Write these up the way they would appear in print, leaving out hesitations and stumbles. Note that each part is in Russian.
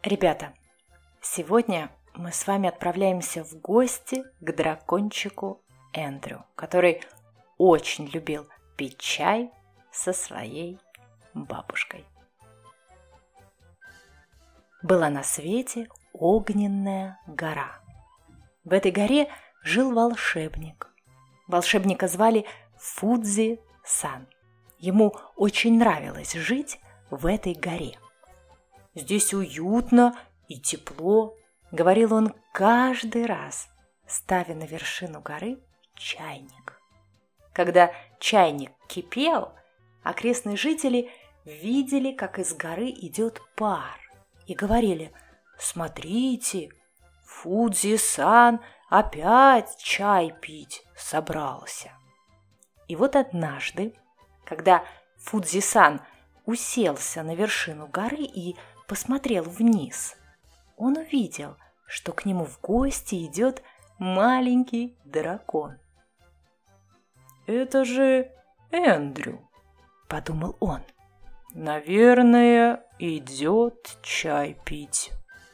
Ребята, сегодня мы с вами отправляемся в гости к дракончику Эндрю, который очень любил пить чай со своей бабушкой. Была на свете огненная гора. В этой горе жил волшебник. Волшебника звали Фудзи-сан. Ему очень нравилось жить в этой горе. «Здесь уютно и тепло», — говорил он каждый раз, ставя на вершину горы чайник. Когда чайник кипел, окрестные жители видели, как из горы идет пар, и говорили: «Смотрите, Фудзи-сан опять чай пить собрался». И вот однажды, когда Фудзи-сан уселся на вершину горы и посмотрел вниз, он увидел, что к нему в гости идет маленький дракон. «Это же Эндрю», — подумал он. «Наверное, идет чай пить».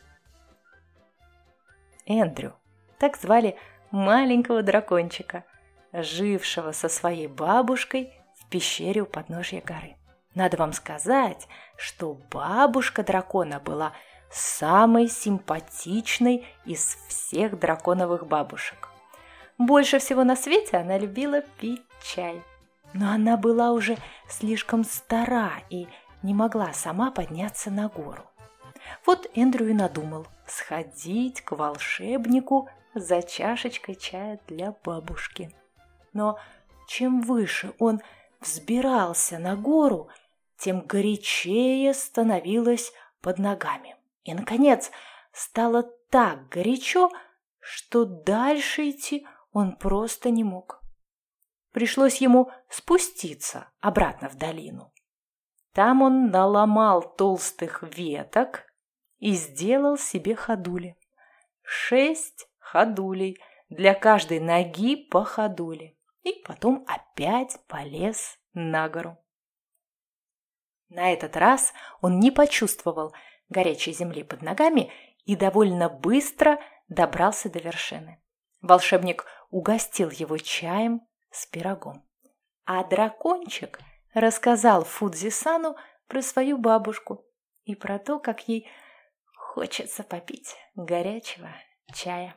Эндрю, так звали маленького дракончика, жившего со своей бабушкой в пещере у подножья горы. Надо вам сказать, что бабушка дракона была самой симпатичной из всех драконовых бабушек. Больше всего на свете она любила пить чай. Но она была уже слишком стара и не могла сама подняться на гору. Вот Эндрю и надумал сходить к волшебнику за чашечкой чая для бабушки. Но чем выше он взбирался на гору, тем горячее становилось под ногами. И, наконец, стало так горячо, что дальше идти он просто не мог. Пришлось ему спуститься обратно в долину. Там он наломал толстых веток и сделал себе ходули. 6 ходулей, для каждой ноги по ходуле. И потом опять полез на гору. На этот раз он не почувствовал горячей земли под ногами и довольно быстро добрался до вершины. Волшебник угостил его чаем с пирогом. А дракончик рассказал Фудзи-сану про свою бабушку и про то, как ей хочется попить горячего чая.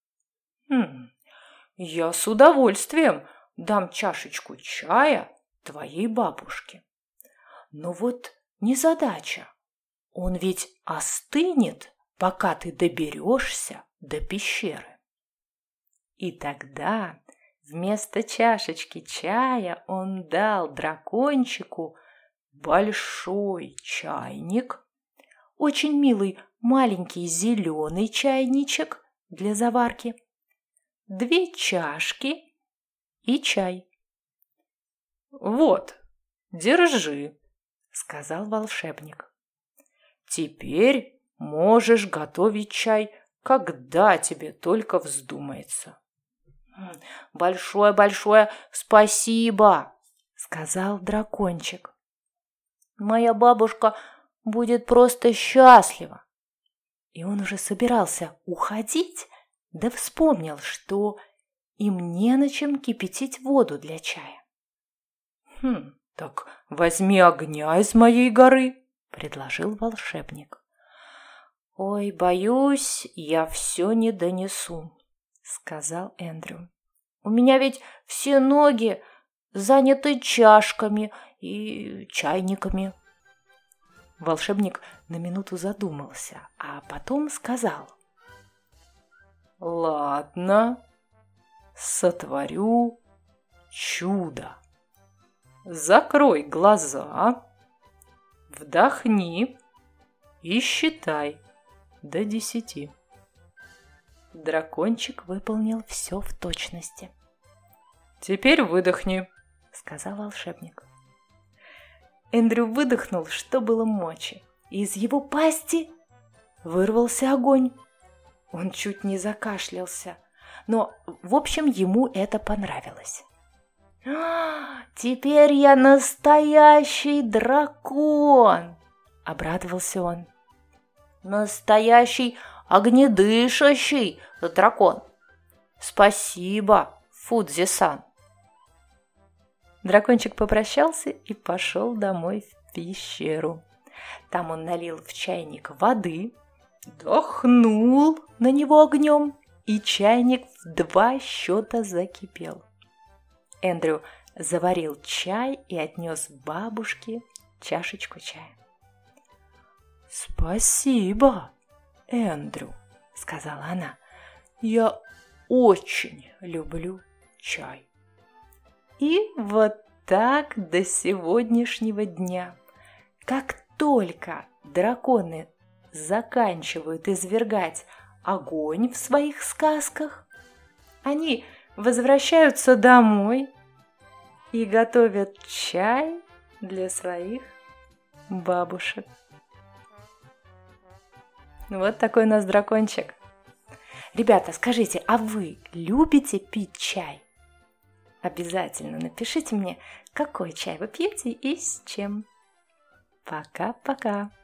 «Я с удовольствием дам чашечку чая твоей бабушке. Но вот незадача. Он ведь остынет, пока ты доберешься до пещеры». И тогда вместо чашечки чая он дал дракончику большой чайник, очень милый маленький зеленый чайничек для заварки, 2 чашки и чай. «Вот, держи», — сказал волшебник. «Теперь можешь готовить чай, когда тебе только вздумается». «Большое-большое спасибо», — сказал дракончик. «Моя бабушка будет просто счастлива». И он уже собирался уходить, да вспомнил, что им не на чем кипятить воду для чая. «Так возьми огня из моей горы», — предложил волшебник. «Ой, боюсь, я все не донесу», — сказал Эндрю. «У меня ведь все ноги заняты чашками и чайниками». Волшебник на минуту задумался, а потом сказал: «Ладно, сотворю чудо. Закрой глаза, вдохни и считай до 10». Дракончик выполнил все в точности. «Теперь выдохни», — сказал волшебник. Эндрю выдохнул, что было мочи, и из его пасти вырвался огонь. Он чуть не закашлялся, но, в общем, ему это понравилось. «Теперь я настоящий дракон!» — обрадовался он. Настоящий огнедышащий дракон. Спасибо, Фудзи-сан. Дракончик попрощался и пошел домой в пещеру. Там он налил в чайник воды, дохнул на него огнем, и чайник в 2 счета закипел. Эндрю заварил чай и отнес бабушке чашечку чая. «Спасибо, Эндрю», — сказала она. «Я очень люблю чай». И вот так до сегодняшнего дня. Как только драконы заканчивают извергать огонь в своих сказках, они возвращаются домой и готовят чай для своих бабушек. Вот такой у нас дракончик. Ребята, скажите, а вы любите пить чай? Обязательно напишите мне, какой чай вы пьете и с чем. Пока-пока.